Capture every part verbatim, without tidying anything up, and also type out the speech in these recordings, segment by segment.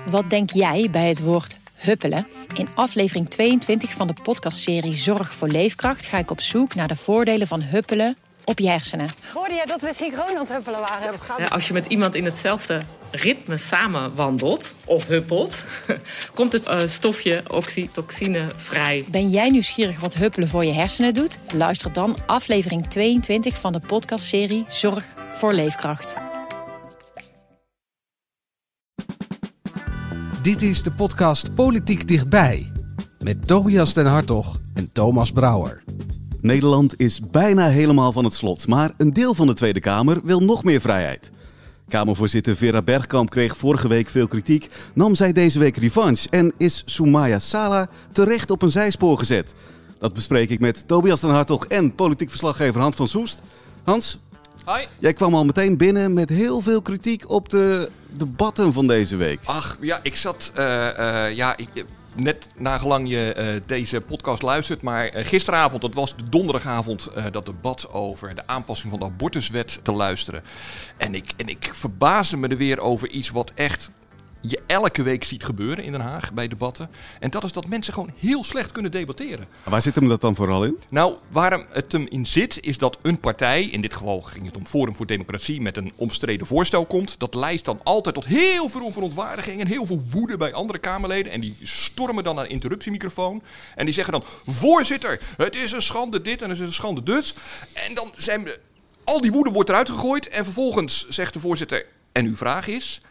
Wat denk jij bij het woord huppelen? In aflevering tweeëntwintig van de podcastserie Zorg voor Leefkracht ga ik op zoek naar de voordelen van huppelen op je hersenen. Hoorde jij dat we synchroon aan het huppelen waren? Ja, als je met iemand in hetzelfde ritme samen wandelt of huppelt, komt het uh, stofje oxytocine vrij. Ben jij nieuwsgierig wat huppelen voor je hersenen doet? Luister dan aflevering tweeëntwintig van de podcastserie Zorg voor Leefkracht. Dit is de podcast Politiek Dichtbij met Tobias den Hartog en Thomas Brouwer. Nederland is bijna helemaal van het slot, maar een deel van de Tweede Kamer wil nog meer vrijheid. Kamervoorzitter Vera Bergkamp kreeg vorige week veel kritiek, nam zij deze week revanche en is Soumaya Salah terecht op een zijspoor gezet. Dat bespreek ik met Tobias den Hartog en politiek verslaggever Hans van Soest. Hans, hoi. Jij kwam al meteen binnen met heel veel kritiek op de debatten van deze week. Ach, ja, ik zat... Uh, uh, ja, ik... Net nagelang je uh, deze podcast luistert, maar uh, gisteravond, dat was de donderdagavond, uh, dat debat over de aanpassing van de abortuswet te luisteren. En ik, en ik verbaasde me er weer over iets wat echt je elke week ziet gebeuren in Den Haag bij debatten. En dat is dat mensen gewoon heel slecht kunnen debatteren. Waar zit hem dat dan vooral in? Nou, waar het hem in zit, is dat een partij, in dit geval ging het om Forum voor Democratie, met een omstreden voorstel komt. Dat leidt dan altijd tot heel veel verontwaardiging en heel veel woede bij andere Kamerleden. En die stormen dan naar een interruptiemicrofoon. En die zeggen dan, voorzitter, het is een schande dit en het is een schande dus. En dan zijn we, al die woede wordt eruit gegooid. En vervolgens zegt de voorzitter, en uw vraag is...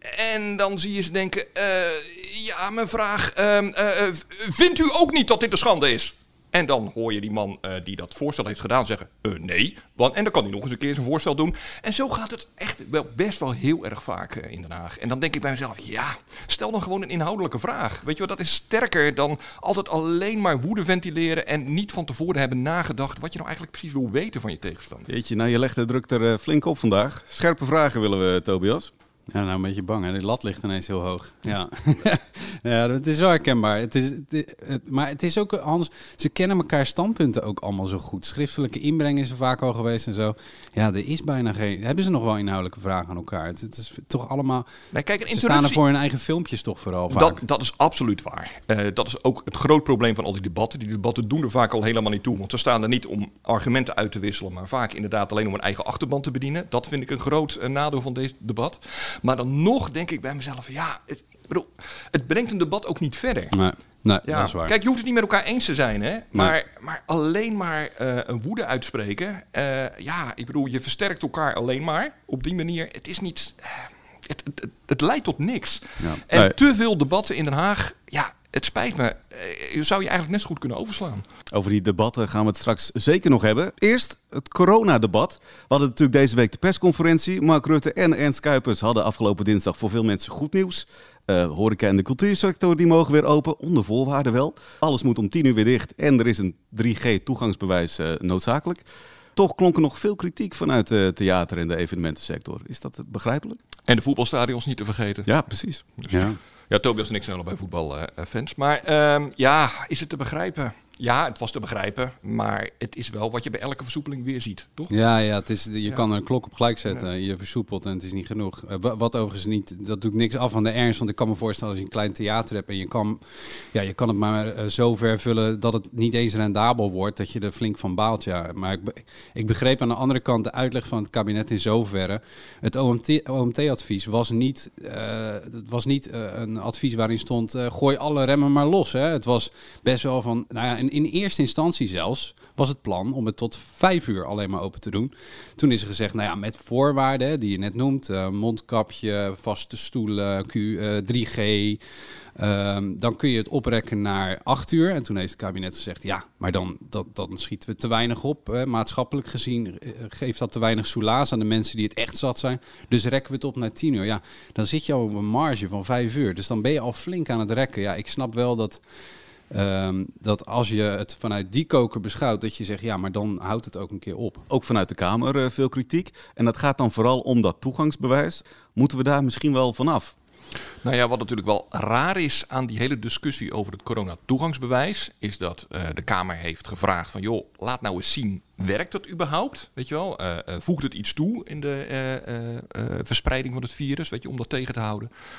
En dan zie je ze denken, uh, ja, mijn vraag, uh, uh, uh, vindt u ook niet dat dit een schande is? En dan hoor je die man uh, die dat voorstel heeft gedaan zeggen, uh, nee. Want, en dan kan hij nog eens een keer zijn voorstel doen. En zo gaat het echt wel best wel heel erg vaak uh, in Den Haag. En dan denk ik bij mezelf, ja, stel dan gewoon een inhoudelijke vraag. Weet je wel, dat is sterker dan altijd alleen maar woede ventileren en niet van tevoren hebben nagedacht wat je nou eigenlijk precies wil weten van je tegenstander. Jeetje, nou je legt de druk er uh, flink op vandaag. Scherpe vragen willen we, Tobias. Ja, nou een beetje bang, hè? De lat ligt ineens heel hoog. Ja, ja, het is wel herkenbaar. Het is, het, het, maar het is ook, Hans, ze kennen elkaar standpunten ook allemaal zo goed. Schriftelijke inbreng is er vaak al geweest en zo. Ja, er is bijna geen... Hebben ze nog wel inhoudelijke vragen aan elkaar? Het, het is toch allemaal... Nee, kijk, een ze staan er voor hun eigen filmpjes toch vooral vaak. Dat, dat is absoluut waar. Uh, dat is ook het groot probleem van al die debatten. Die debatten doen er vaak al helemaal niet toe. Want ze staan er niet om argumenten uit te wisselen, maar vaak inderdaad alleen om hun eigen achterban te bedienen. Dat vind ik een groot uh, nadeel van deze debat. Maar dan nog denk ik bij mezelf, ja, het, bedoel, het brengt een debat ook niet verder. Nee, nee ja, dat is waar. Kijk, je hoeft het niet met elkaar eens te zijn, hè? Maar, nee. maar alleen maar uh, een woede uitspreken, uh, ja, ik bedoel, je versterkt elkaar alleen maar op die manier. Het is niet, uh, het, het, het, het leidt tot niks. Ja. En nee. te veel debatten in Den Haag, ja, het spijt me. Je zou je eigenlijk net zo goed kunnen overslaan. Over die debatten gaan we het straks zeker nog hebben. Eerst het coronadebat. We hadden natuurlijk deze week de persconferentie. Mark Rutte en Ernst Kuipers hadden afgelopen dinsdag voor veel mensen goed nieuws. Uh, horeca en de cultuursector die mogen weer open, onder voorwaarden wel. Alles moet om tien uur weer dicht en er is een drie G toegangsbewijs uh, noodzakelijk. Toch klonk er nog veel kritiek vanuit de theater- en de evenementensector. Is dat begrijpelijk? En de voetbalstadions niet te vergeten. Ja, precies. Dus Ja. Ja, Tobias en ik zijn allebei voetbalfans. Maar um, ja, is het te begrijpen? Ja, het was te begrijpen. Maar het is wel wat je bij elke versoepeling weer ziet, toch? Ja, ja, het is, je Ja. kan er een klok op gelijk zetten. Ja. Je versoepelt en het is niet genoeg. Uh, wat overigens niet, dat doet niks af van de ernst. Want ik kan me voorstellen als je een klein theater hebt en je kan, ja, je kan het maar uh, zo ver vullen dat het niet eens rendabel wordt, dat je er flink van baalt. Ja. Maar ik, be- ik begreep aan de andere kant de uitleg van het kabinet in zoverre. Het O M T-advies was niet, uh, het was niet uh, een advies waarin stond, uh, gooi alle remmen maar los. Hè. Het was best wel van, nou ja, in, in eerste instantie zelfs was het plan om het tot vijf uur alleen maar open te doen. Toen is er gezegd, nou ja, met voorwaarden die je net noemt, uh, mondkapje, vaste stoelen, Q, uh, drie G, um, dan kun je het oprekken naar acht uur. En toen heeft het kabinet gezegd, ja, maar dan, dat, dan schieten we te weinig op. Uh, maatschappelijk gezien uh, geeft dat te weinig soelaas aan de mensen die het echt zat zijn. Dus rekken we het op naar tien uur. Ja, dan zit je al op een marge van vijf uur. Dus dan ben je al flink aan het rekken. Ja, ik snap wel dat... Um, dat als je het vanuit die koker beschouwt, dat je zegt, ja, maar dan houdt het ook een keer op. Ook vanuit de Kamer uh, veel kritiek. En dat gaat dan vooral om dat toegangsbewijs. Moeten we daar misschien wel vanaf? Nou ja, wat natuurlijk wel raar is aan die hele discussie over het corona-toegangsbewijs, is dat uh, de Kamer heeft gevraagd van, joh, laat nou eens zien, werkt dat überhaupt? Weet je wel, uh, uh, voegt het iets toe in de uh, uh, uh, verspreiding van het virus, weet je, om dat tegen te houden?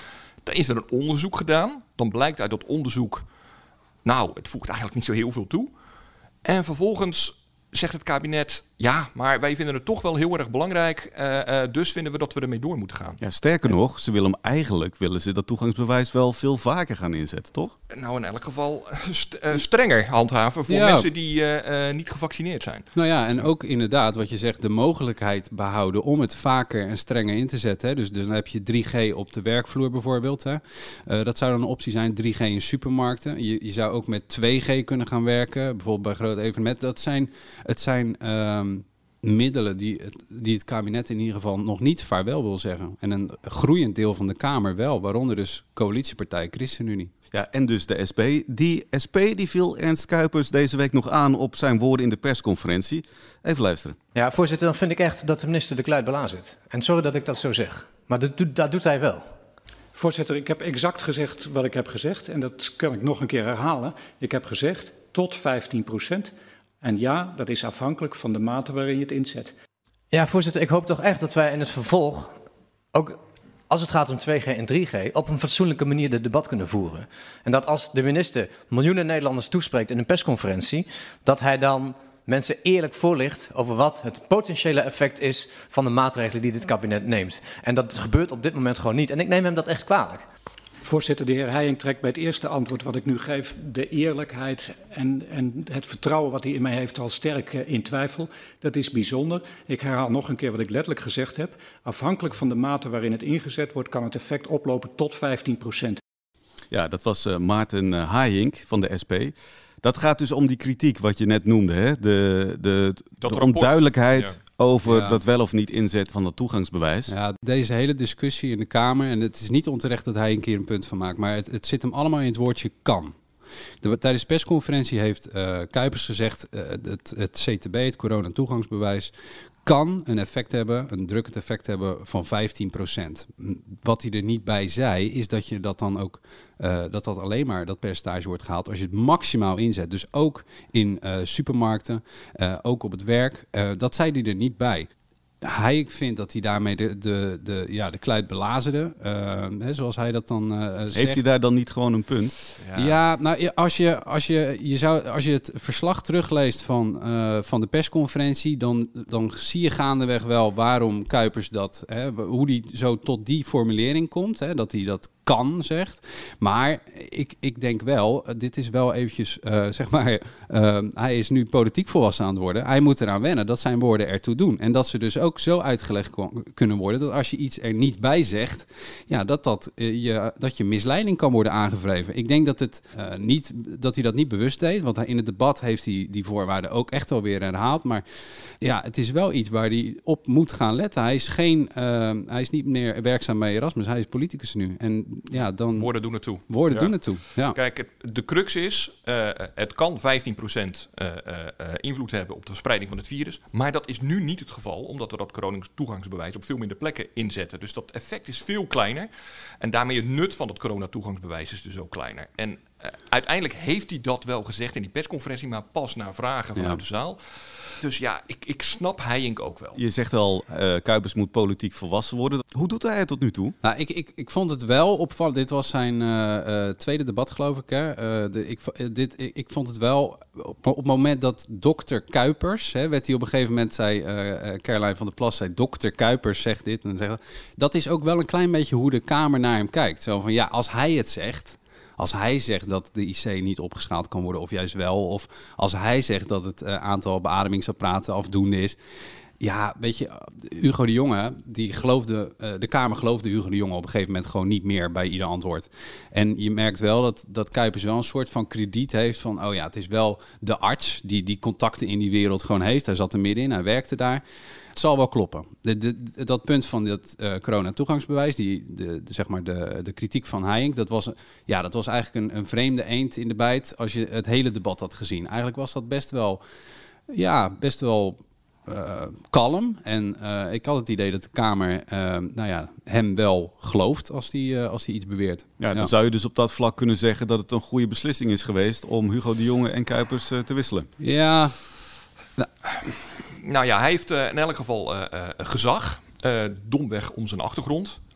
Dan is er een onderzoek gedaan. Dan blijkt uit dat onderzoek, nou, het voegt eigenlijk niet zo heel veel toe. En vervolgens zegt het kabinet, ja, maar wij vinden het toch wel heel erg belangrijk. Uh, uh, dus vinden we dat we ermee door moeten gaan. Ja, sterker nog, ze willen hem eigenlijk willen ze dat toegangsbewijs wel veel vaker gaan inzetten, toch? Nou, in elk geval st- uh, strenger handhaven voor ja. mensen die uh, uh, niet gevaccineerd zijn. Nou ja, en ook inderdaad wat je zegt, de mogelijkheid behouden om het vaker en strenger in te zetten. Hè. Dus, dus dan heb je drie G op de werkvloer bijvoorbeeld. Hè. Uh, dat zou dan een optie zijn, drie G in supermarkten. Je, je zou ook met twee G kunnen gaan werken, bijvoorbeeld bij grote evenementen. Dat zijn, het zijn um, middelen die het, die het kabinet in ieder geval nog niet vaarwel wil zeggen. En een groeiend deel van de Kamer wel, waaronder dus coalitiepartij ChristenUnie. Ja, en dus de S P. Die S P die viel Ernst Kuipers deze week nog aan op zijn woorden in de persconferentie. Even luisteren. Ja, voorzitter, dan vind ik echt dat de minister de kluit belazert. En sorry dat ik dat zo zeg, maar dat doet, dat doet hij wel. Voorzitter, ik heb exact gezegd wat ik heb gezegd. En dat kan ik nog een keer herhalen. Ik heb gezegd tot vijftien procent. En ja, dat is afhankelijk van de mate waarin je het inzet. Ja, voorzitter, ik hoop toch echt dat wij in het vervolg, ook als het gaat om twee G en drie G, op een fatsoenlijke manier de debat kunnen voeren. En dat als de minister miljoenen Nederlanders toespreekt in een persconferentie, dat hij dan mensen eerlijk voorlicht over wat het potentiële effect is van de maatregelen die dit kabinet neemt. En dat gebeurt op dit moment gewoon niet. En ik neem hem dat echt kwalijk. Voorzitter, de heer Heijink trekt bij het eerste antwoord wat ik nu geef de eerlijkheid en, en het vertrouwen wat hij in mij heeft al sterk uh, in twijfel. Dat is bijzonder. Ik herhaal nog een keer wat ik letterlijk gezegd heb. Afhankelijk van de mate waarin het ingezet wordt, kan het effect oplopen tot vijftien procent. Ja, dat was uh, Maarten uh, Heijink van de S P. Dat gaat dus om die kritiek wat je net noemde, hè? De, de, de onduidelijkheid ja. over ja. dat wel of niet inzetten van dat toegangsbewijs. Ja, deze hele discussie in de Kamer, en het is niet onterecht dat hij een keer een punt van maakt, maar het, het zit hem allemaal in het woordje kan. De, tijdens de persconferentie heeft uh, Kuipers gezegd, uh, het, het C T B, het corona-toegangsbewijs, kan een effect hebben, een drukkend effect hebben van vijftien procent. Wat hij er niet bij zei, is dat je dat dan ook, uh, dat dat alleen maar dat percentage wordt gehaald als je het maximaal inzet. Dus ook in uh, supermarkten, uh, ook op het werk. Uh, dat zei hij er niet bij. Hij vindt dat hij daarmee de, de, de, ja, de kluit belazerde, uh, hè, zoals hij dat dan uh, zegt. Heeft hij daar dan niet gewoon een punt? Ja, ja nou, als je, als, je, je zou, als je het verslag terugleest van, uh, van de persconferentie, dan, dan zie je gaandeweg wel waarom Kuipers dat, hè, hoe hij zo tot die formulering komt, hè, dat hij dat kan, zegt. Maar ik, ik denk wel, dit is wel eventjes, uh, zeg maar, uh, hij is nu politiek volwassen aan het worden. Hij moet eraan wennen dat zijn woorden ertoe doen. En dat ze dus ook zo uitgelegd kon, kunnen worden, dat als je iets er niet bij zegt, ja, dat, dat, uh, je, dat je misleiding kan worden aangevreven. Ik denk dat, het, uh, niet, dat hij dat niet bewust deed, want hij, in het debat heeft hij die voorwaarden ook echt wel weer herhaald. Maar ja, het is wel iets waar hij op moet gaan letten. Hij is, geen, uh, hij is niet meer werkzaam bij Erasmus, hij is politicus nu. En ja, dan woorden doen ertoe. Woorden ja. doen ertoe, ja. Kijk, het, de crux is, uh, het kan vijftien procent uh, uh, invloed hebben op de verspreiding van het virus. Maar dat is nu niet het geval, omdat we dat coronatoegangsbewijs op veel minder plekken inzetten. Dus dat effect is veel kleiner. En daarmee het nut van het coronatoegangsbewijs is dus ook kleiner. En uh, uiteindelijk heeft hij dat wel gezegd in die persconferentie, maar pas na vragen vanuit ja. de zaal. Dus ja, ik, ik snap Heijink ook wel. Je zegt al, uh, Kuipers moet politiek volwassen worden. Hoe doet hij het tot nu toe? Nou, ik, ik, ik vond het wel opvallend. Dit was zijn uh, uh, tweede debat, geloof ik. Hè? Uh, de, ik, dit, ik, ik vond het wel, op, op het moment dat dokter Kuipers, hè, werd hij op een gegeven moment, zei uh, Caroline van der Plas, zei dokter Kuipers zegt dit. En dan zegt, dat is ook wel een klein beetje hoe de Kamer naar hem kijkt. Zo van, ja, als hij het zegt, als hij zegt dat de I C niet opgeschaald kan worden, of juist wel, of als hij zegt dat het uh, aantal beademingsapparaten afdoende is. Ja, weet je, Hugo de Jonge, die geloofde, uh, de Kamer geloofde Hugo de Jonge op een gegeven moment gewoon niet meer bij ieder antwoord. En je merkt wel dat, dat Kuipers wel een soort van krediet heeft van, oh ja, het is wel de arts die die contacten in die wereld gewoon heeft. Hij zat er middenin, hij werkte daar. Het zal wel kloppen. De, de, de, dat punt van dat uh, corona-toegangsbewijs, die, de, de, zeg maar de, de kritiek van Heijink, dat was, ja, dat was eigenlijk een, een vreemde eend in de bijt als je het hele debat had gezien. Eigenlijk was dat best wel, ja, best wel uh, kalm. En uh, ik had het idee dat de Kamer uh, nou ja, hem wel gelooft als hij uh, als hij iets beweert. Ja, dan ja. zou je dus op dat vlak kunnen zeggen dat het een goede beslissing is geweest om Hugo de Jonge en Kuipers uh, te wisselen. Ja. Nou. Nou ja, hij heeft uh, in elk geval uh, uh, gezag, uh, domweg om zijn achtergrond.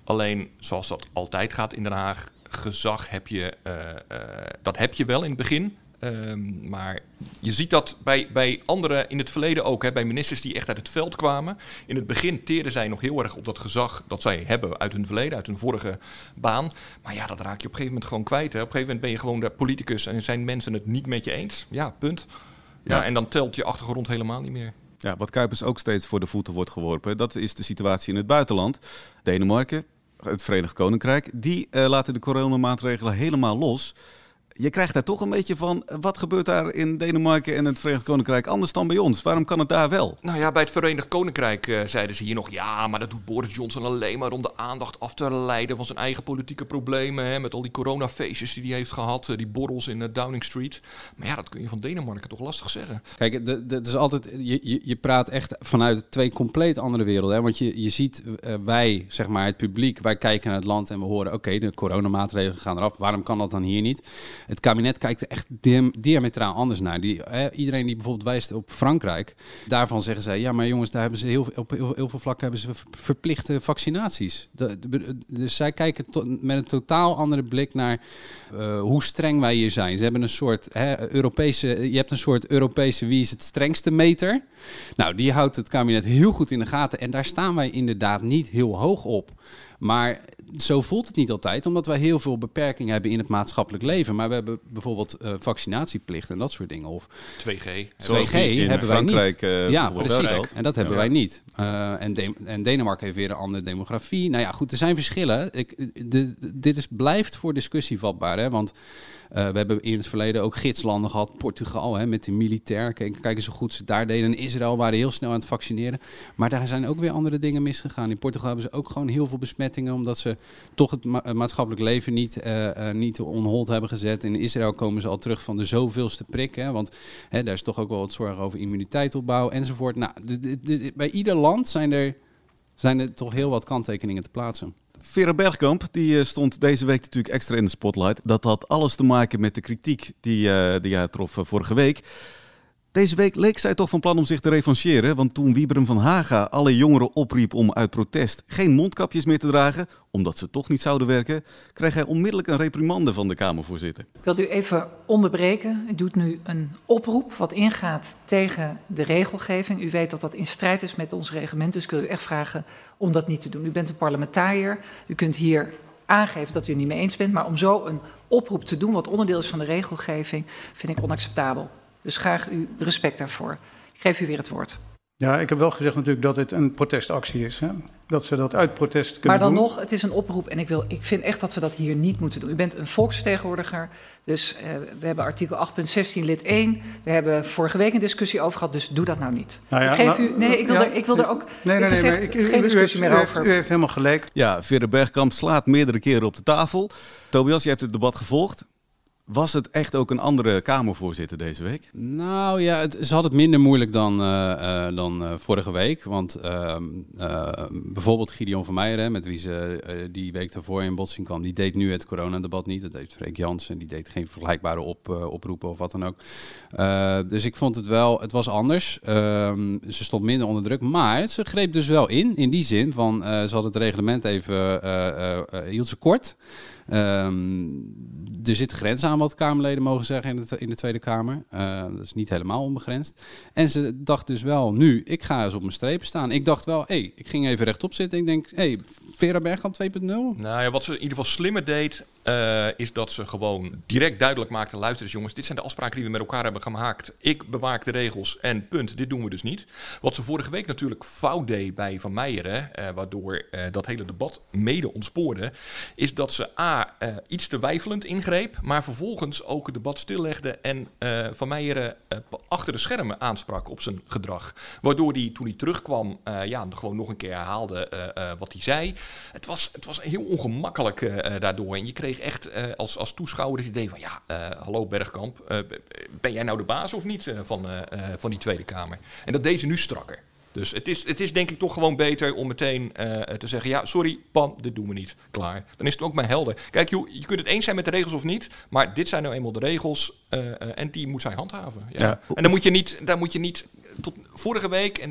Alleen, zoals dat altijd gaat in Den Haag, gezag heb je, uh, uh, dat heb je wel in het begin. Um, maar je ziet dat bij, bij anderen in het verleden ook, hè, bij ministers die echt uit het veld kwamen. In het begin teerden zij nog heel erg op dat gezag dat zij hebben uit hun verleden, uit hun vorige baan. Maar ja, dat raak je op een gegeven moment gewoon kwijt. Hè. Op een gegeven moment ben je gewoon de politicus en zijn mensen het niet met je eens. Ja, punt. Ja, ja, en dan telt je achtergrond helemaal niet meer. Ja, wat Kuipers ook steeds voor de voeten wordt geworpen, dat is de situatie in het buitenland. Denemarken, het Verenigd Koninkrijk, die uh, laten de coronamaatregelen helemaal los. Je krijgt daar toch een beetje van, wat gebeurt daar in Denemarken en het Verenigd Koninkrijk anders dan bij ons? Waarom kan het daar wel? Nou ja, bij het Verenigd Koninkrijk uh, zeiden ze hier nog, ja, maar dat doet Boris Johnson alleen maar om de aandacht af te leiden van zijn eigen politieke problemen. Hè, met al die coronafeestjes die hij heeft gehad, uh, die borrels in uh, Downing Street. Maar ja, dat kun je van Denemarken toch lastig zeggen. Kijk, het is altijd, je, je, je praat echt vanuit twee compleet andere werelden. Hè? Want je, je ziet, uh, wij, zeg maar het publiek, wij kijken naar het land en we horen, oké, okay, de coronamaatregelen gaan eraf. Waarom kan dat dan hier niet? Het kabinet kijkt er echt dim, diametraal anders naar. Die, eh, iedereen die bijvoorbeeld wijst op Frankrijk, daarvan zeggen zij, ja, maar jongens, daar hebben ze heel, op heel, heel veel vlakken hebben ze verplichte vaccinaties. De, de, dus zij kijken to, met een totaal andere blik naar uh, hoe streng wij hier zijn. Ze hebben een soort hè, Europese, je hebt een soort Europese wie is het strengste meter. Nou, die houdt het kabinet heel goed in de gaten en daar staan wij inderdaad niet heel hoog op. Maar zo voelt het niet altijd, omdat wij heel veel beperkingen hebben in het maatschappelijk leven. Maar we hebben bijvoorbeeld uh, vaccinatieplicht en dat soort dingen. Of twee G. twee G hebben wij niet. Uh, ja, precies. En dat hebben ja. wij niet. Uh, en, de- en Denemarken heeft weer een andere demografie. Nou ja, goed, er zijn verschillen. Ik, de, de, dit is, blijft voor discussie vatbaar, hè, want Uh, we hebben in het verleden ook gidslanden gehad. Portugal, hè, met de militair. Kijk, kijk eens hoe goed ze daar deden. En Israël waren heel snel aan het vaccineren. Maar daar zijn ook weer andere dingen misgegaan. In Portugal hebben ze ook gewoon heel veel besmettingen, omdat ze toch het ma- maatschappelijk leven niet, uh, uh, niet on hold hebben gezet. In Israël komen ze al terug van de zoveelste prik. Hè, want hè, daar is toch ook wel wat zorgen over immuniteitsopbouw enzovoort. Nou, de, de, de, bij ieder land zijn er, zijn er toch heel wat kanttekeningen te plaatsen. Vera Bergkamp die stond deze week natuurlijk extra in de spotlight. Dat had alles te maken met de kritiek die, uh, die hij trof uh, vorige week. Deze week leek zij toch van plan om zich te revancheren. Want toen Wiebren van Haga alle jongeren opriep om uit protest geen mondkapjes meer te dragen, omdat ze toch niet zouden werken, kreeg hij onmiddellijk een reprimande van de Kamervoorzitter. Ik wil u even onderbreken. U doet nu een oproep wat ingaat tegen de regelgeving. U weet dat dat in strijd is met ons reglement, dus ik wil u echt vragen om dat niet te doen. U bent een parlementariër. U kunt hier aangeven dat u het niet mee eens bent, maar om zo een oproep te doen wat onderdeel is van de regelgeving, vind ik onacceptabel. Dus graag u respect daarvoor. Ik geef u weer het woord. Ja, ik heb wel gezegd natuurlijk dat het een protestactie is. Hè? Dat ze dat uit protest kunnen doen. Maar dan doen. nog, het is een oproep en ik, wil, ik vind echt dat we dat hier niet moeten doen. U bent een volksvertegenwoordiger, dus uh, we hebben artikel acht punt zestien lid één. We hebben vorige week een discussie over gehad, dus doe dat nou niet. Nou ja, ik geef nou, u, nee, ik wil, ja, er, ik wil er ook nee, nee, nee, gezegd, nee, ik, geen u, discussie u heeft, meer u over. Heeft, u heeft helemaal gelijk. Ja, Vera Bergkamp slaat meerdere keren op de tafel. Tobias, je hebt het debat gevolgd. Was het echt ook een andere Kamervoorzitter deze week? Nou ja, het, ze had het minder moeilijk dan, uh, uh, dan uh, vorige week. Want uh, uh, bijvoorbeeld Gideon van Meijeren, met wie ze uh, die week daarvoor in botsing kwam, die deed nu het coronadebat niet. Dat deed Freek Jansen, die deed geen vergelijkbare op, uh, oproepen of wat dan ook. Uh, dus ik vond het wel, het was anders. Uh, ze stond minder onder druk, maar ze greep dus wel in. In die zin van, uh, ze had het reglement even, uh, uh, uh, hield ze kort. Um, er zit grenzen aan wat Kamerleden mogen zeggen in de, in de Tweede Kamer. Uh, dat is niet helemaal onbegrensd. En ze dacht dus wel, nu, ik ga eens op mijn strepen staan. Ik dacht wel, hé, hey, ik ging even rechtop zitten. Ik denk, hé, hey, Vera Bergkamp twee punt nul. Nou ja, wat ze in ieder geval slimmer deed, uh, is dat ze gewoon direct duidelijk maakte, luister eens jongens, dit zijn de afspraken die we met elkaar hebben gemaakt. Ik bewaak de regels en punt, dit doen we dus niet. Wat ze vorige week natuurlijk fout deed bij Van Meijeren, uh, waardoor uh, dat hele debat mede ontspoorde, is dat ze a, Uh, iets te weifelend ingreep, maar vervolgens ook het debat stillegde en uh, Van Meijeren uh, achter de schermen aansprak op zijn gedrag. Waardoor hij, toen hij terugkwam, uh, ja, gewoon nog een keer herhaalde uh, uh, wat hij zei. Het was, het was heel ongemakkelijk uh, daardoor. En je kreeg echt uh, als, als toeschouwer het idee van, ja, uh, hallo Bergkamp, uh, ben jij nou de baas of niet uh, van, uh, uh, van die Tweede Kamer? En dat deed ze nu strakker. Dus het is, het is denk ik toch gewoon beter om meteen uh, te zeggen, ja, sorry, Pam, dit doen we niet. Klaar. Dan is het ook maar helder. Kijk, je, je kunt het eens zijn met de regels of niet, maar dit zijn nou eenmaal de regels uh, uh, en die moet zij handhaven. Ja. Ja. En dan moet je niet, daar moet je niet tot vorige week en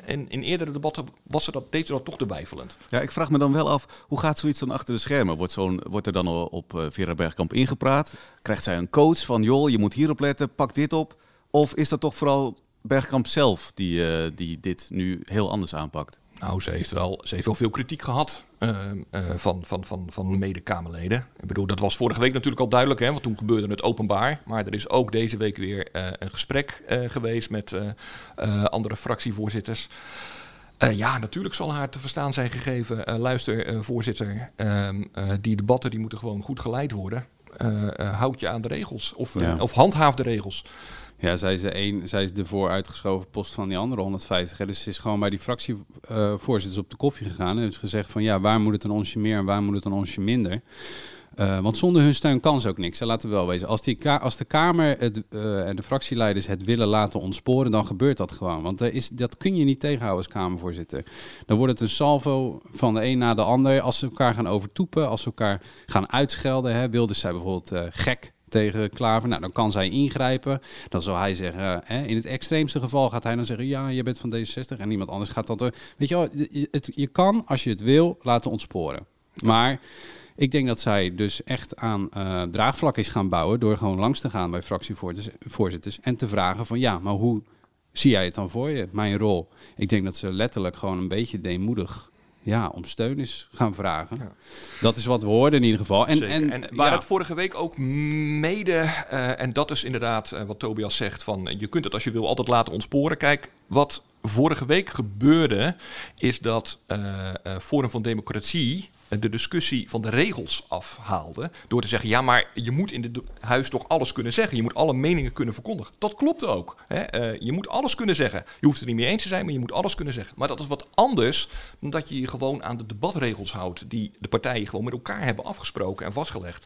En in eerdere debatten was ze dat, deed ze dat toch te weifelend. Ja, ik vraag me dan wel af, hoe gaat zoiets dan achter de schermen? Wordt, zo'n, wordt er dan al op uh, Vera Bergkamp ingepraat? Krijgt zij een coach van, joh, je moet hierop letten, pak dit op? Of is dat toch vooral Bergkamp zelf die, uh, die dit nu heel anders aanpakt? Nou, ze heeft wel, ze heeft wel veel kritiek gehad uh, uh, van, van, van, van mede-Kamerleden. Ik bedoel, dat was vorige week natuurlijk al duidelijk, hè, want toen gebeurde het openbaar. Maar er is ook deze week weer uh, een gesprek uh, geweest met uh, uh, andere fractievoorzitters. Uh, ja, natuurlijk zal haar te verstaan zijn gegeven. Uh, luister, uh, voorzitter, uh, uh, die debatten die moeten gewoon goed geleid worden. Uh, uh, houd je aan de regels of, uh, ja. of handhaaf de regels. Ja, zij is, de een, zij is de vooruitgeschoven post van die andere honderdvijftig. Hè. Dus ze is gewoon bij die fractievoorzitters uh, op de koffie gegaan. En heeft gezegd van ja, waar moet het een onsje meer en waar moet het een onsje minder? Uh, want zonder hun steun kan ze ook niks. Hè. Laten we wel wezen. Als, die ka- als de Kamer het, uh, en de fractieleiders het willen laten ontsporen, dan gebeurt dat gewoon. Want er is, dat kun je niet tegenhouden als Kamervoorzitter. Dan wordt het een salvo van de een na de ander. Als ze elkaar gaan overtoepen, als ze elkaar gaan uitschelden. Hè. Wilders zei bijvoorbeeld uh, gek tegen Klaver. Nou, dan kan zij ingrijpen. Dan zal hij zeggen, hè, in het extreemste geval gaat hij dan zeggen, ja, je bent van D zesenzestig en niemand anders gaat dat. Er, weet je wel, je, het, je kan, als je het wil, laten ontsporen. Maar ik denk dat zij dus echt aan uh, draagvlak is gaan bouwen door gewoon langs te gaan bij fractievoorzitters en te vragen van, ja, maar hoe zie jij het dan voor je, mijn rol? Ik denk dat ze letterlijk gewoon een beetje deemoedig ja, om steun is gaan vragen. Ja. Dat is wat we hoorden in ieder geval. En, en, en waar ja. het vorige week ook mede, uh, en dat is inderdaad uh, wat Tobias zegt, van je kunt het als je wil altijd laten ontsporen. Kijk, wat vorige week gebeurde, is dat uh, uh, Forum van Democratie de discussie van de regels afhaalde door te zeggen, ja, maar je moet in het huis toch alles kunnen zeggen. Je moet alle meningen kunnen verkondigen. Dat klopt ook. Hè? Uh, je moet alles kunnen zeggen. Je hoeft het er niet mee eens te zijn, maar je moet alles kunnen zeggen. Maar dat is wat anders dan dat je je gewoon aan de debatregels houdt die de partijen gewoon met elkaar hebben afgesproken en vastgelegd.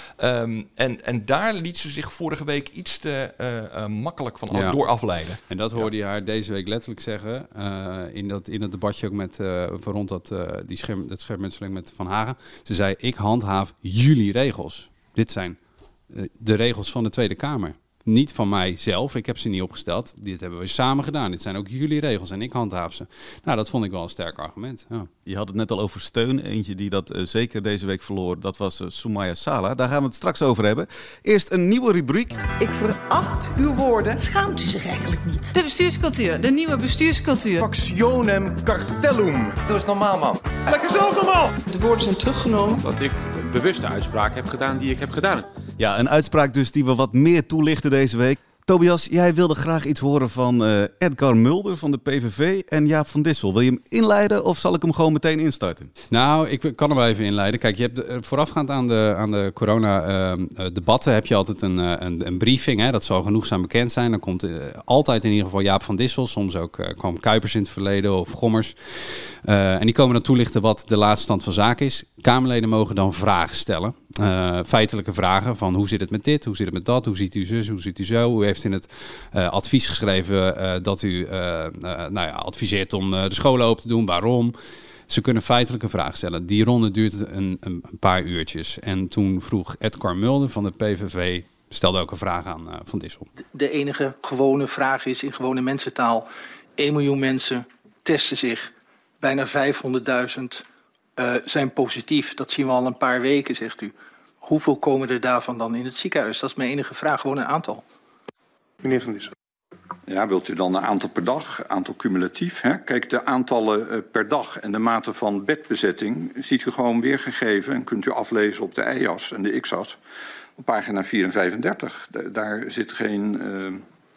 Um, en, en daar liet ze zich vorige week iets te uh, uh, makkelijk van af, ja. door afleiden. En dat hoorde ja. je haar deze week letterlijk zeggen. Uh, in, dat, in dat debatje ook met uh, rond dat, uh, die scherm, dat schermutseling met Van Hagen. Ze zei, ik handhaaf jullie regels. Dit zijn uh, de regels van de Tweede Kamer. Niet van mijzelf, ik heb ze niet opgesteld. Dit hebben we samen gedaan. Dit zijn ook jullie regels en ik handhaaf ze. Nou, dat vond ik wel een sterk argument. Ja. Je had het net al over steun. Eentje die dat uh, zeker deze week verloor, dat was uh, Soumaya Sala. Daar gaan we het straks over hebben. Eerst een nieuwe rubriek. Ik veracht uw woorden. Schaamt u zich eigenlijk niet? De bestuurscultuur, de nieuwe bestuurscultuur. Factionem cartellum. Doe eens normaal, man. Lekker zelf normaal. De woorden zijn teruggenomen. Dat ik een bewuste uitspraak heb gedaan die ik heb gedaan. Ja, een uitspraak dus die we wat meer toelichten deze week. Tobias, jij wilde graag iets horen van uh, Edgar Mulder van de P V V en Jaap van Dissel. Wil je hem inleiden of zal ik hem gewoon meteen instarten? Nou, ik kan hem wel even inleiden. Kijk, je hebt uh, voorafgaand aan de, aan de corona-debatten uh, heb je altijd een, uh, een, een briefing. Hè? Dat zal genoegzaam bekend zijn. Dan komt uh, altijd in ieder geval Jaap van Dissel. Soms ook uh, kwam Kuipers in het verleden of Gommers. Uh, en die komen dan toelichten wat de laatste stand van zaken is. Kamerleden mogen dan vragen stellen. Uh, feitelijke vragen van hoe zit het met dit, hoe zit het met dat, hoe ziet u zus, hoe ziet u zo, hoe heeft u het uh, advies geschreven uh, dat u uh, uh, nou ja, adviseert om uh, de scholen open te doen, waarom? Ze kunnen feitelijke vragen stellen. Die ronde duurt een, een paar uurtjes. En toen vroeg Edgar Mulder van de P V V, stelde ook een vraag aan uh, Van Dissel. De enige gewone vraag is in gewone mensentaal, één miljoen mensen testen zich, bijna vijfhonderdduizend Uh, zijn positief. Dat zien we al een paar weken, zegt u. Hoeveel komen er daarvan dan in het ziekenhuis? Dat is mijn enige vraag, gewoon een aantal. Meneer Van Dissel. Ja, wilt u dan een aantal per dag, aantal cumulatief? Hè? Kijk, de aantallen uh, per dag en de mate van bedbezetting ziet u gewoon weergegeven en kunt u aflezen op de y-as en de x-as op pagina vier en vijfendertig. Da- daar zit geen uh,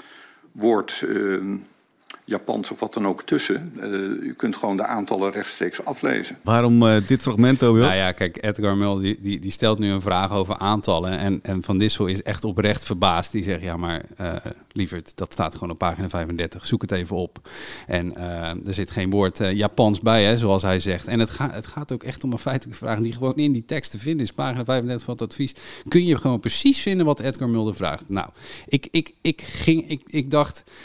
woord Uh, Japans of wat dan ook tussen. Uh, u kunt gewoon de aantallen rechtstreeks aflezen. Waarom uh, dit fragment, Tobias? Nou ja, kijk, Edgar Mulder die, die, die stelt nu een vraag over aantallen. En, en Van Dissel is echt oprecht verbaasd. Die zegt, ja maar uh, lieverd, dat staat gewoon op pagina vijfendertig. Zoek het even op. En uh, er zit geen woord uh, Japans bij, hè, zoals hij zegt. En het, ga, het gaat ook echt om een feitelijke vraag die gewoon in die tekst te vinden is. Pagina vijfendertig van het advies. Kun je gewoon precies vinden wat Edgar Mulder vraagt. Nou, ik, ik, ik, ging, ik, ik dacht...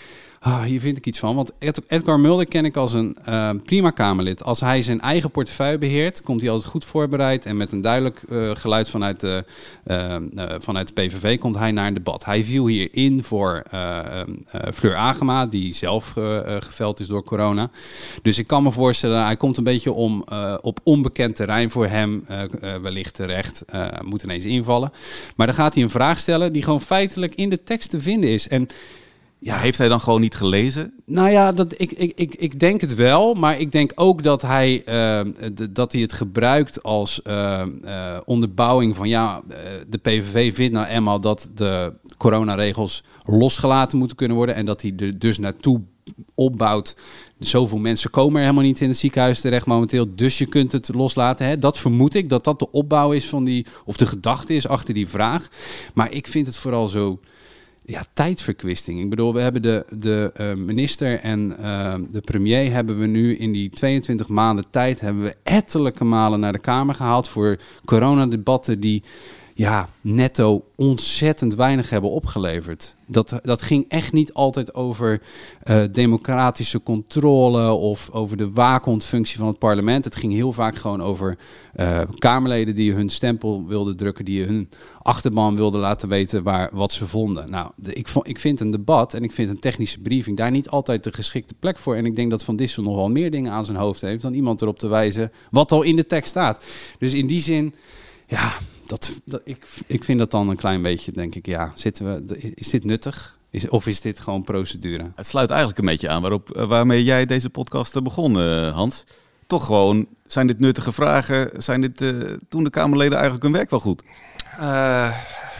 Ah, hier vind ik iets van. Want Ed- Edgar Mulder ken ik als een uh, prima Kamerlid. Als hij zijn eigen portefeuille beheert, komt hij altijd goed voorbereid. En met een duidelijk uh, geluid vanuit de, uh, uh, vanuit de P V V komt hij naar een debat. Hij viel hier in voor uh, uh, Fleur Agema, die zelf uh, uh, geveld is door corona. Dus ik kan me voorstellen, hij komt een beetje om uh, op onbekend terrein voor hem. Uh, uh, wellicht terecht, uh, moet ineens invallen. Maar dan gaat hij een vraag stellen die gewoon feitelijk in de tekst te vinden is. En ja, heeft hij dan gewoon niet gelezen? Nou ja, dat, ik, ik, ik, ik denk het wel. Maar ik denk ook dat hij, uh, d- dat hij het gebruikt als uh, uh, onderbouwing van... ja, uh, de P V V vindt nou eenmaal dat de coronaregels losgelaten moeten kunnen worden... en dat hij er dus naartoe opbouwt. Zoveel mensen komen er helemaal niet in het ziekenhuis terecht momenteel, dus je kunt het loslaten. Hè? Dat vermoed ik, dat dat de opbouw is van die... of de gedachte is achter die vraag. Maar ik vind het vooral zo... Ja, tijdverkwisting. Ik bedoel, we hebben de, de uh, minister en uh, de premier hebben we nu in die tweeëntwintig maanden tijd hebben we ettelijke malen naar de Kamer gehaald voor coronadebatten die ja, netto ontzettend weinig hebben opgeleverd. Dat, dat ging echt niet altijd over uh, democratische controle of over de waakhondfunctie van het parlement. Het ging heel vaak gewoon over uh, Kamerleden die hun stempel wilden drukken, die hun achterban wilden laten weten waar, wat ze vonden. Nou, de, ik, ik vind een debat en ik vind een technische briefing daar niet altijd de geschikte plek voor. En ik denk dat Van Dissel nog wel meer dingen aan zijn hoofd heeft dan iemand erop te wijzen wat al in de tekst staat. Dus in die zin, ja... Dat, dat, ik, ik vind dat dan een klein beetje, denk ik, ja, zitten we, is dit nuttig? Is, of is dit gewoon procedure? Het sluit eigenlijk een beetje aan waarop, waarmee jij deze podcast begon, uh, Hans. Toch gewoon, zijn dit nuttige vragen? Zijn dit, uh, doen de Kamerleden eigenlijk hun werk wel goed? Uh...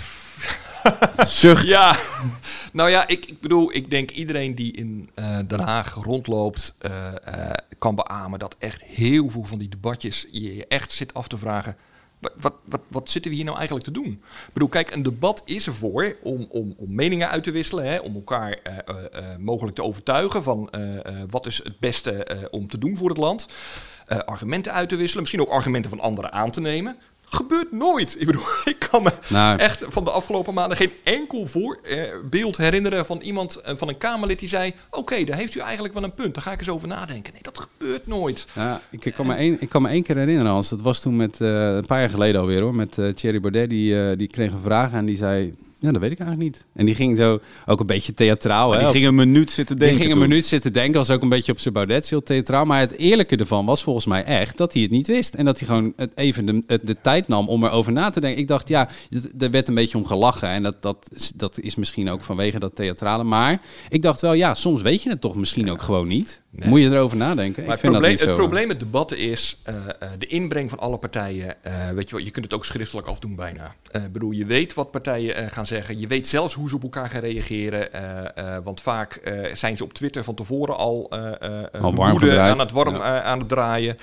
Zucht. Ja, nou ja, ik, ik bedoel, ik denk iedereen die in uh, Den Haag rondloopt... Uh, uh, kan beamen dat echt heel veel van die debatjes je je echt zit af te vragen... Wat, wat, wat zitten we hier nou eigenlijk te doen? Ik bedoel, kijk, een debat is ervoor om, om, om meningen uit te wisselen, hè, om elkaar uh, uh, mogelijk te overtuigen van uh, uh, wat is het beste uh, om te doen voor het land. Uh, argumenten uit te wisselen, misschien ook argumenten van anderen aan te nemen. Gebeurt nooit. Ik bedoel, ik kan me nou. echt van de afgelopen maanden geen enkel voorbeeld herinneren van iemand, van een Kamerlid die zei, oké, okay, daar heeft u eigenlijk wel een punt. Daar ga ik eens over nadenken. Nee, dat gebeurt nooit. Ja, ik, kan me één, ik kan me één keer herinneren, Hans. Dat was toen met, uh, een paar jaar geleden alweer hoor, met uh, Thierry Baudet. Die, uh, die kreeg een vraag en die zei... Ja, dat weet ik eigenlijk niet. En die ging zo ook een beetje theatraal. Maar hè, die ging een minuut zitten denken. Die ging een minuut zitten denken. Was ook een beetje op zijn Baudet, heel theatraal. Maar het eerlijke ervan was volgens mij echt dat hij het niet wist. En dat hij gewoon het even de, de, de tijd nam om erover na te denken. Ik dacht, ja, er werd een beetje om gelachen. En dat, dat, dat is misschien ook vanwege dat theatrale. Maar ik dacht wel, ja, soms weet je het toch misschien ook gewoon niet. Nee. Moet je erover nadenken? Maar ik vind het, probleem, dat niet het zo. probleem met debatten is uh, uh, de inbreng van alle partijen. Uh, weet je wel, je kunt het ook schriftelijk afdoen bijna. Ik uh, bedoel, je weet wat partijen uh, gaan zeggen. Je weet zelfs hoe ze op elkaar gaan reageren. Uh, uh, want vaak uh, zijn ze op Twitter van tevoren al, uh, uh, al warm woede gedraaid. aan het warm ja. uh, aan het draaien.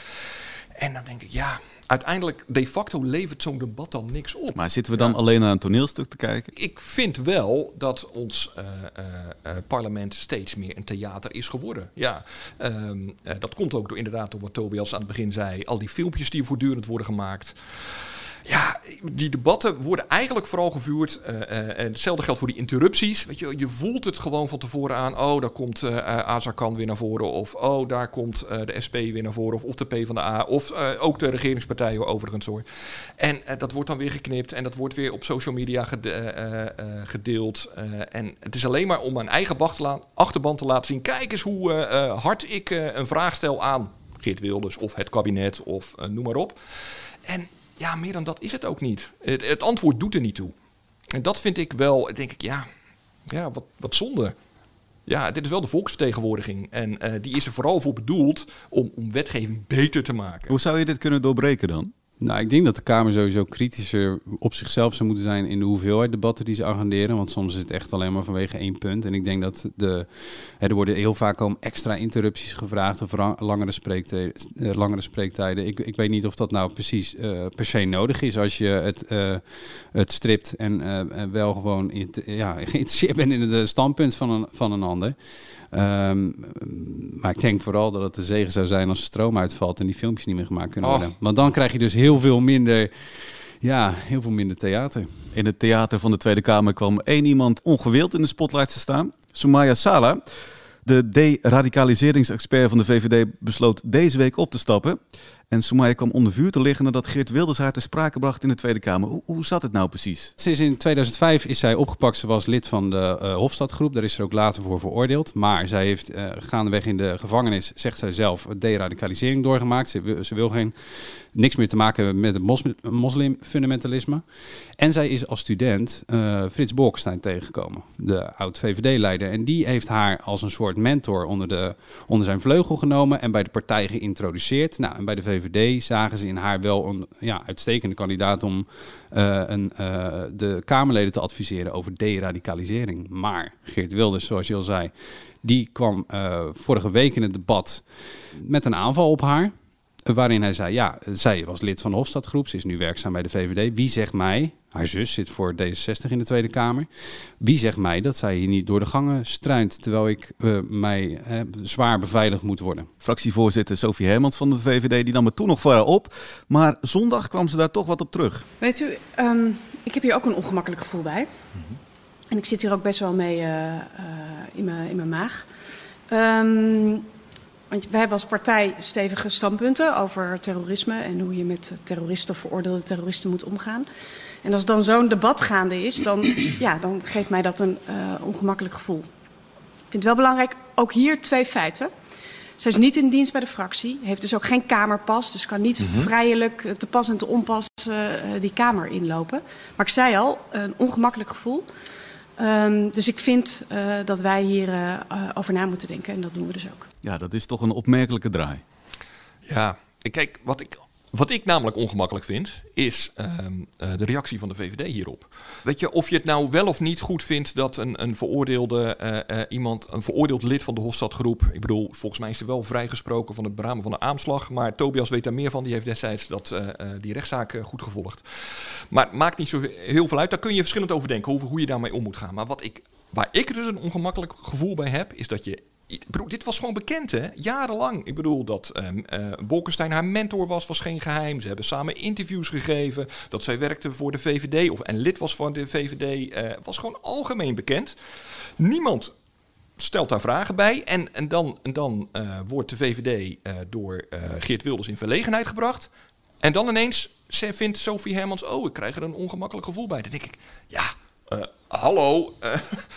En dan denk ik, ja... Uiteindelijk, de facto levert zo'n debat dan niks op. Maar zitten we dan ja. alleen naar een toneelstuk te kijken? Ik vind wel dat ons uh, uh, uh, parlement steeds meer een theater is geworden. Ja, um, uh, dat komt ook door inderdaad door wat Tobias aan het begin zei. Al die filmpjes die voortdurend worden gemaakt. Ja, die debatten worden eigenlijk vooral gevoerd. Uh, uh, en hetzelfde geldt voor die interrupties. Weet je, je voelt het gewoon van tevoren aan. Oh, daar komt uh, Azarkan weer naar voren. Of oh, daar komt uh, de S P weer naar voren. Of, of de PvdA. Of uh, ook de regeringspartijen overigens hoor. En uh, dat wordt dan weer geknipt. En dat wordt weer op social media gede- uh, uh, gedeeld. Uh, en het is alleen maar om mijn eigen achterban te laten zien. Kijk eens hoe uh, uh, hard ik uh, een vraag stel aan Geert Wilders. Of het kabinet. Of uh, noem maar op. En... Ja, meer dan dat is het ook niet. Het, het antwoord doet er niet toe. En dat vind ik wel, denk ik, ja, ja wat, wat zonde. Ja, dit is wel de volksvertegenwoordiging. En uh, die is er vooral voor bedoeld om, om wetgeving beter te maken. Hoe zou je dit kunnen doorbreken dan? Nou, ik denk dat de Kamer sowieso kritischer op zichzelf zou moeten zijn in de hoeveelheid debatten die ze agenderen. Want soms is het echt alleen maar vanwege één punt. En ik denk dat de, hè, er worden heel vaak om extra interrupties gevraagd of ra- langere, spreektijden, uh, langere spreektijden. Ik, ik weet niet of dat nou precies uh, per se nodig is als je het, uh, het stript en uh, wel gewoon in, ja, geïnteresseerd bent in het standpunt van een, van een ander. Um, maar ik denk vooral dat het de zegen zou zijn als de stroom uitvalt en die filmpjes niet meer gemaakt kunnen worden. Oh. Want dan krijg je dus heel veel minder, ja, heel veel minder theater. In het theater van de Tweede Kamer kwam één iemand ongewild in de spotlight te staan. Soumaya Sala. De deradicaliseringsexpert van de V V D besloot deze week op te stappen. En Soumaya kwam onder vuur te liggen nadat Geert Wilders haar ter sprake bracht in de Tweede Kamer. Hoe, hoe zat het nou precies? Sinds in tweeduizend vijf is zij opgepakt. Ze was lid van de uh, Hofstadgroep. Daar is ze ook later voor veroordeeld. Maar zij heeft uh, gaandeweg in de gevangenis, zegt zij zelf, deradicalisering doorgemaakt. Ze wil, ze wil geen, niks meer te maken hebben met het mos, moslimfundamentalisme. En zij is als student uh, Frits Bolkestein tegengekomen, de oud-V V D-leider. En die heeft haar als een soort mentor onder, de, onder zijn vleugel genomen en bij de partij geïntroduceerd. Nou, en bij de V V D zagen ze in haar wel een ja, uitstekende kandidaat om uh, een, uh, de Kamerleden te adviseren over deradicalisering. Maar Geert Wilders, zoals je al zei, die kwam uh, vorige week in het debat met een aanval op haar. Waarin hij zei, ja, zij was lid van de Hofstadgroep. Ze is nu werkzaam bij de V V D. Wie zegt mij, haar zus zit voor D zesenzestig in de Tweede Kamer. Wie zegt mij dat zij hier niet door de gangen struint, terwijl ik uh, mij uh, zwaar beveiligd moet worden? Fractievoorzitter Sophie Hermans van de V V D, die nam het toen nog voor haar op. Maar zondag kwam ze daar toch wat op terug. Weet u, um, ik heb hier ook een ongemakkelijk gevoel bij. Mm-hmm. En ik zit hier ook best wel mee uh, uh, in mijn in mijn maag. Um, Want wij hebben als partij stevige standpunten over terrorisme en hoe je met terroristen of veroordeelde terroristen moet omgaan. En als dan zo'n debat gaande is, dan, ja, dan geeft mij dat een uh, ongemakkelijk gevoel. Ik vind het wel belangrijk, ook hier twee feiten. Zij is niet in dienst bij de fractie, heeft dus ook geen kamerpas, dus kan niet mm-hmm. vrijelijk te pas en te onpas uh, die kamer inlopen. Maar ik zei al, een ongemakkelijk gevoel. Um, dus ik vind uh, dat wij hier uh, over na moeten denken en dat doen we dus ook. Ja, dat is toch een opmerkelijke draai. Ja, kijk, wat ik, wat ik namelijk ongemakkelijk vind, is um, uh, de reactie van de V V D hierop. Weet je, of je het nou wel of niet goed vindt dat een, een veroordeelde uh, uh, iemand, een veroordeeld lid van de Hofstadgroep, ik bedoel, volgens mij is hij wel vrijgesproken van het beramen van een aanslag, maar Tobias weet daar meer van, die heeft destijds dat, uh, uh, die rechtszaak uh, goed gevolgd. Maar het maakt niet zo heel veel uit, daar kun je verschillend over denken, over hoe je daarmee om moet gaan. Maar wat ik, waar ik dus een ongemakkelijk gevoel bij heb, is dat je... Ik bedoel, dit was gewoon bekend, hè? Jarenlang. Ik bedoel, dat um, uh, Bolkestein haar mentor was, was geen geheim. Ze hebben samen interviews gegeven. Dat zij werkte voor de V V D of, en lid was van de V V D. Uh, was gewoon algemeen bekend. Niemand stelt daar vragen bij. En, en dan, en dan uh, wordt de V V D uh, door uh, Geert Wilders in verlegenheid gebracht. En dan ineens vindt Sophie Hermans, oh, ik krijg er een ongemakkelijk gevoel bij. Dan denk ik, ja... Uh, hallo, uh,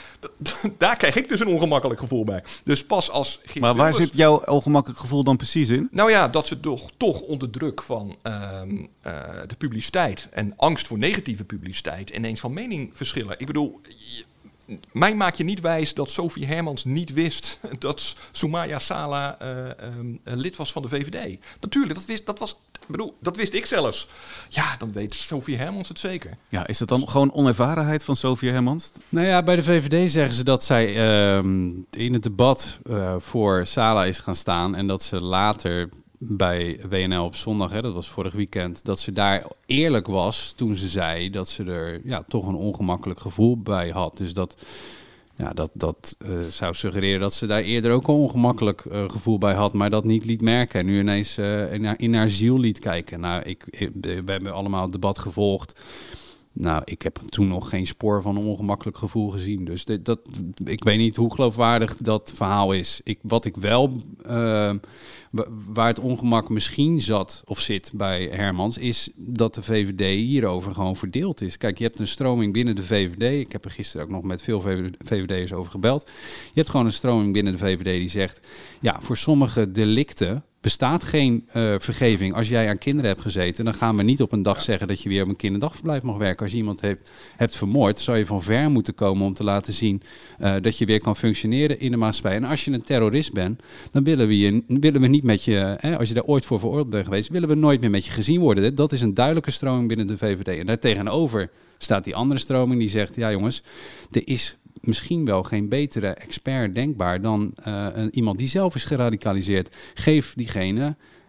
daar krijg ik dus een ongemakkelijk gevoel bij. Dus pas als... Geert maar waar Wilders... zit jouw ongemakkelijk gevoel dan precies in? Nou ja, dat ze toch, toch onder druk van uh, uh, de publiciteit en angst voor negatieve publiciteit ineens van mening verschillen. Ik bedoel, je, mij maak je niet wijs dat Sophie Hermans niet wist dat Soumaya Sala uh, um, lid was van de V V D. Natuurlijk, dat wist, dat was... Ik bedoel, dat wist ik zelfs. Ja, dan weet Sophie Hermans het zeker. Ja, is dat dan gewoon onervarenheid van Sophie Hermans? Nou ja, bij de V V D zeggen ze dat zij uh, in het debat uh, voor Sala is gaan staan en dat ze later bij W N L op zondag, hè, dat was vorig weekend, dat ze daar eerlijk was toen ze zei dat ze er ja, toch een ongemakkelijk gevoel bij had. Dus dat... Ja, dat, dat uh, zou suggereren dat ze daar eerder ook een ongemakkelijk uh, gevoel bij had, maar dat niet liet merken. En nu ineens uh, in, haar, in haar ziel liet kijken. Nou, ik, ik, we hebben allemaal het debat gevolgd. Nou, ik heb toen nog geen spoor van een ongemakkelijk gevoel gezien. Dus dit, dat, ik weet niet hoe geloofwaardig dat verhaal is. Ik, wat ik wel, uh, waar het ongemak misschien zat of zit bij Hermans, is dat de V V D hierover gewoon verdeeld is. Kijk, je hebt een stroming binnen de V V D. Ik heb er gisteren ook nog met veel V V D'ers over gebeld. Je hebt gewoon een stroming binnen de V V D die zegt, ja, voor sommige delicten bestaat geen uh, vergeving. Als jij aan kinderen hebt gezeten, dan gaan we niet op een dag zeggen dat je weer op een kinderdagverblijf mag werken. Als je iemand hebt, hebt vermoord, zou je van ver moeten komen om te laten zien uh, dat je weer kan functioneren in de maatschappij. En als je een terrorist bent, dan willen we, je, willen we niet met je, hè, als je daar ooit voor veroordeeld bent geweest, willen we nooit meer met je gezien worden. Dat is een duidelijke stroming binnen de V V D. En daartegenover staat die andere stroming die zegt, ja jongens, er is misschien wel geen betere expert denkbaar dan uh, iemand die zelf is geradicaliseerd. Geef diegene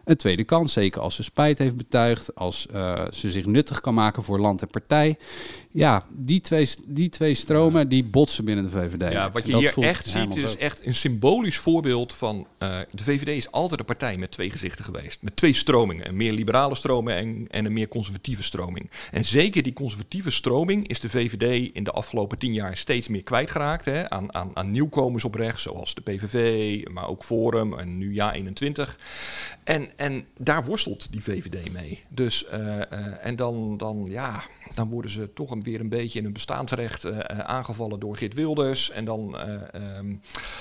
een tweede kans. Zeker als ze spijt heeft betuigd, als uh, ze zich nuttig kan maken voor land en partij. Ja, die twee, die twee stromen die botsen binnen de V V D. Ja, wat je dat hier echt ziet, is ook. echt een symbolisch voorbeeld van... Uh, de V V D is altijd een partij met twee gezichten geweest. Met twee stromingen. Een meer liberale stroming en, en een meer conservatieve stroming. En zeker die conservatieve stroming is de V V D in de afgelopen tien jaar steeds meer kwijtgeraakt. Hè, aan, aan, aan nieuwkomers op rechts, zoals de P V V, maar ook Forum en nu Ja eenentwintig. En, en daar worstelt die V V D mee. Dus, uh, uh, en dan, dan, ja, dan worden ze toch een, weer een beetje in hun bestaansrecht uh, aangevallen door Geert Wilders. En dan, uh, um,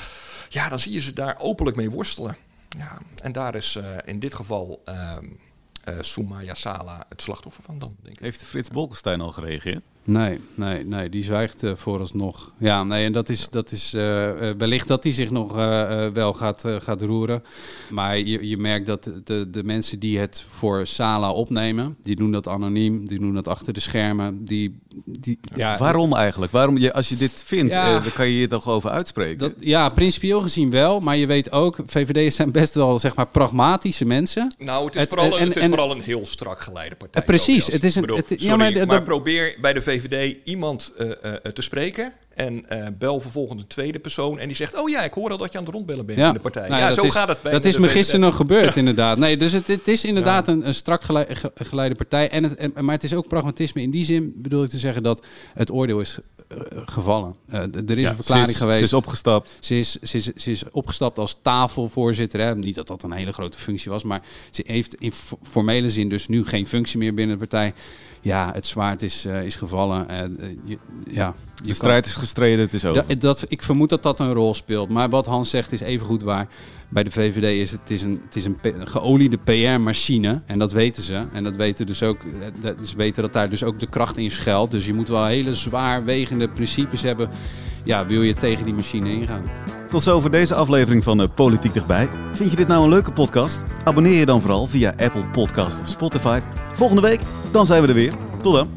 ja, dan zie je ze daar openlijk mee worstelen. Ja, en daar is uh, in dit geval uh, uh, Soumaya Sala het slachtoffer van dan, denk ik. Heeft Frits Bolkestein al gereageerd? Nee, nee, nee, die zwijgt uh, vooralsnog. Ja, nee, en dat is, dat is uh, uh, wellicht dat hij zich nog uh, uh, wel gaat, uh, gaat roeren. Maar je, je merkt dat de, de mensen die het voor Sala opnemen, die doen dat anoniem, die doen dat achter de schermen. Die, die, ja, Waarom eigenlijk? Waarom je, als je dit vindt, Ja. uh, dan kan je je toch over uitspreken? Dat, ja, principieel gezien wel, maar je weet ook, V V D'ers zijn best wel, zeg maar, pragmatische mensen. Nou, het is, Het- vooral, een, en- het is en- vooral een heel strak geleide partij. Uh, precies, Tobias. het is een- Ik bedoel, het- ja, sorry, maar maar, de- dat- probeer bij de V V D iemand uh, uh, te spreken en uh, bel vervolgens een tweede persoon en die zegt, oh ja, ik hoor al dat je aan het rondbellen bent in de partij. Nou ja, dat zo is, gaat het bij Dat de is V me V D. gisteren nog gebeurd, inderdaad. Nee, dus het, het is inderdaad een, een strak gelei- ge- geleide partij. En het, en, maar het is ook pragmatisme in die zin, bedoel ik te zeggen, dat het oordeel is uh, gevallen. Uh, d- er is Ja, een verklaring ze is- geweest. ze is opgestapt. Ze is, ze, is, ze is opgestapt als tafelvoorzitter. Hè. Niet dat dat een hele grote functie was, maar ze heeft in f- formele zin dus nu geen functie meer binnen de partij. Ja, het zwaard is, uh, is gevallen. Uh, je, ja, je De strijd is gestreden, het is over. Dat, dat, ik vermoed dat dat een rol speelt. Maar wat Hans zegt is evengoed waar. Bij de V V D is het, het is een, het is een, P- een geoliede P R-machine. En dat weten ze. En dat weten dus ook, ze weten dat daar dus ook de kracht in schuilt. Dus je moet wel hele zwaarwegende principes hebben. Ja, wil je tegen die machine ingaan. Tot zover deze aflevering van uh, Politiek Dichtbij. Vind je dit nou een leuke podcast? Abonneer je dan vooral via Apple Podcast of Spotify. Volgende week, dan zijn we er weer. Tot dan.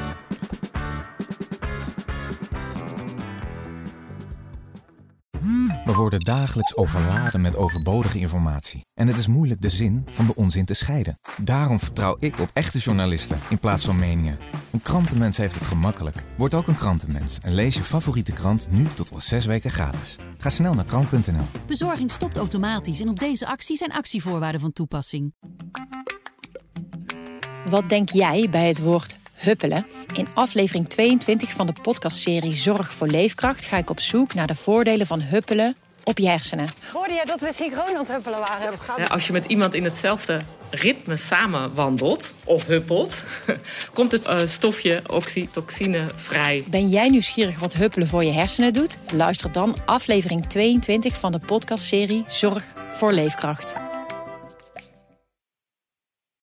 We worden dagelijks overladen met overbodige informatie. En het is moeilijk de zin van de onzin te scheiden. Daarom vertrouw ik op echte journalisten in plaats van meningen. Een krantenmens heeft het gemakkelijk. Word ook een krantenmens en lees je favoriete krant nu tot al zes weken gratis. Ga snel naar krant punt n l. Bezorging stopt automatisch en op deze actie zijn actievoorwaarden van toepassing. Wat denk jij bij het woord huppelen? In aflevering tweeëntwintig van de podcastserie Zorg voor Leefkracht ga ik op zoek naar de voordelen van huppelen op je hersenen. Hoorde jij dat we synchroon aan het huppelen waren? Gaat... Ja, als je met iemand in hetzelfde ritme samen wandelt of huppelt, komt het uh, stofje oxytocine vrij. Ben jij nieuwsgierig wat huppelen voor je hersenen doet? Luister dan aflevering tweeëntwintig van de podcastserie Zorg voor Leefkracht.